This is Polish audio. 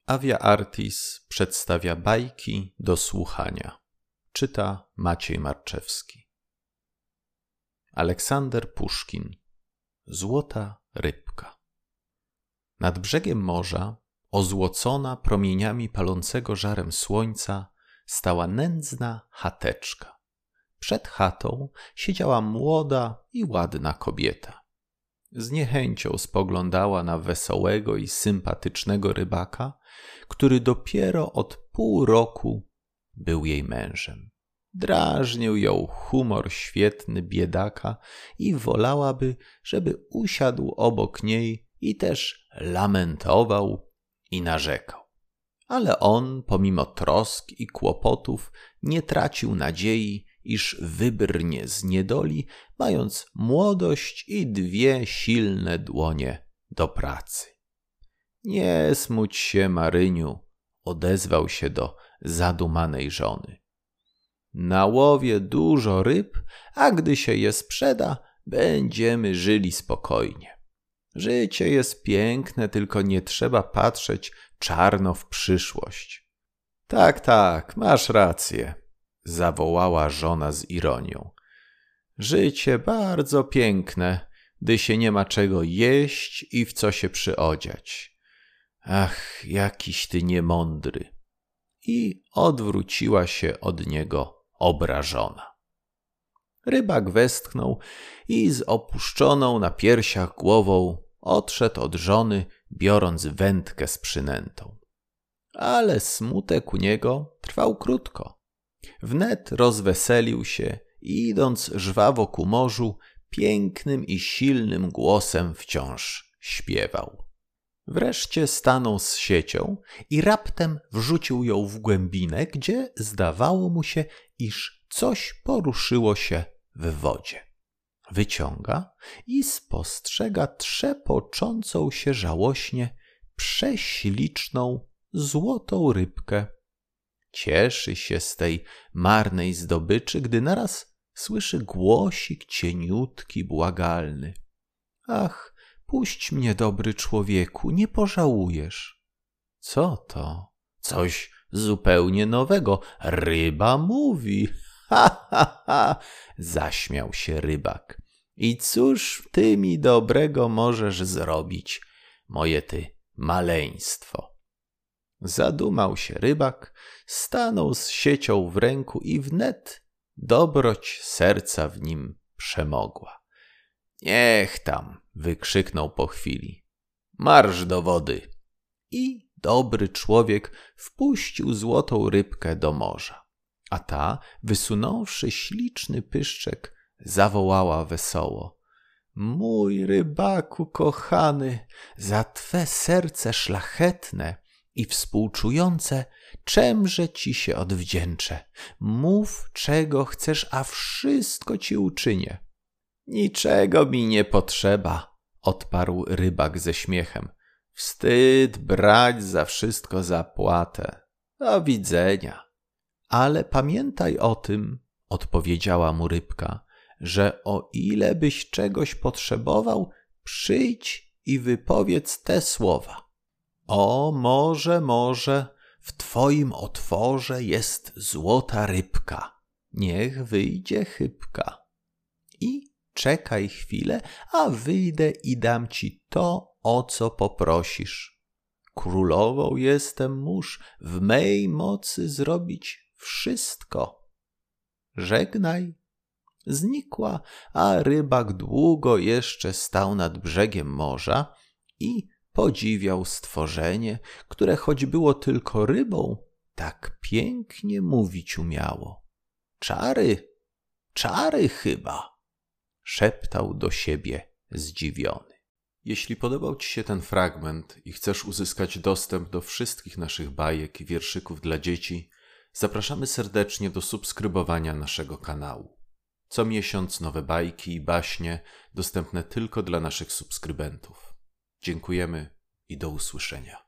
Avia Artis przedstawia bajki do słuchania. Czyta Maciej Marczewski. Aleksander Puszkin. Złota rybka. Nad brzegiem morza, ozłocona promieniami palącego żarem słońca, stała nędzna chateczka. Przed chatą siedziała młoda i ładna kobieta. Z niechęcią spoglądała na wesołego i sympatycznego rybaka, który dopiero od pół roku był jej mężem. Drażnił ją humor świetny biedaka i wolałaby, żeby usiadł obok niej i też lamentował i narzekał. Ale on, pomimo trosk i kłopotów, nie tracił nadziei, iż wybrnie z niedoli, mając młodość i dwie silne dłonie do pracy. Nie smuć się, Maryniu, odezwał się do zadumanej żony. Nałowię dużo ryb, a gdy się je sprzeda, będziemy żyli spokojnie. Życie jest piękne, tylko nie trzeba patrzeć czarno w przyszłość. Tak, masz rację, zawołała żona z ironią. Życie bardzo piękne, gdy się nie ma czego jeść i w co się przyodziać. Ach, jakiś ty niemądry. I odwróciła się od niego obrażona. Rybak westchnął i z opuszczoną na piersiach głową odszedł od żony, biorąc wędkę z przynętą. Ale smutek u niego trwał krótko. Wnet rozweselił się i idąc żwawo ku morzu, pięknym i silnym głosem wciąż śpiewał. Wreszcie stanął z siecią i raptem wrzucił ją w głębinę, gdzie zdawało mu się, iż coś poruszyło się w wodzie. Wyciąga i spostrzega trzepoczącą się żałośnie prześliczną, złotą rybkę. Cieszy się z tej marnej zdobyczy, gdy naraz słyszy głosik cieniutki, błagalny. Ach, puść mnie, dobry człowieku, nie pożałujesz. Co to? Coś zupełnie nowego. Ryba mówi. Ha, zaśmiał się rybak. I cóż ty mi dobrego możesz zrobić, moje ty maleństwo? Zadumał się rybak, stanął z siecią w ręku i wnet dobroć serca w nim przemogła. Niech tam, wykrzyknął po chwili. Marsz do wody. I dobry człowiek wpuścił złotą rybkę do morza. A ta, wysunąwszy śliczny pyszczek, zawołała wesoło. Mój rybaku kochany, za twe serce szlachetne i współczujące, czemże ci się odwdzięczę? Mów, czego chcesz, a wszystko ci uczynię. Niczego mi nie potrzeba, odparł rybak ze śmiechem. Wstyd brać za wszystko zapłatę. Do widzenia. Ale pamiętaj o tym, odpowiedziała mu rybka, że o ile byś czegoś potrzebował, przyjdź i wypowiedz te słowa. O, może, w twoim otworze jest złota rybka. Niech wyjdzie chybka. I czekaj chwilę, a wyjdę i dam ci to, o co poprosisz. Królową jestem, mórz w mej mocy zrobić wszystko. Żegnaj. Znikła, a rybak długo jeszcze stał nad brzegiem morza i podziwiał stworzenie, które choć było tylko rybą, tak pięknie mówić umiało. Czary chyba, szeptał do siebie zdziwiony. Jeśli podobał ci się ten fragment i chcesz uzyskać dostęp do wszystkich naszych bajek i wierszyków dla dzieci, zapraszamy serdecznie do subskrybowania naszego kanału. Co miesiąc nowe bajki i baśnie dostępne tylko dla naszych subskrybentów. Dziękujemy i do usłyszenia.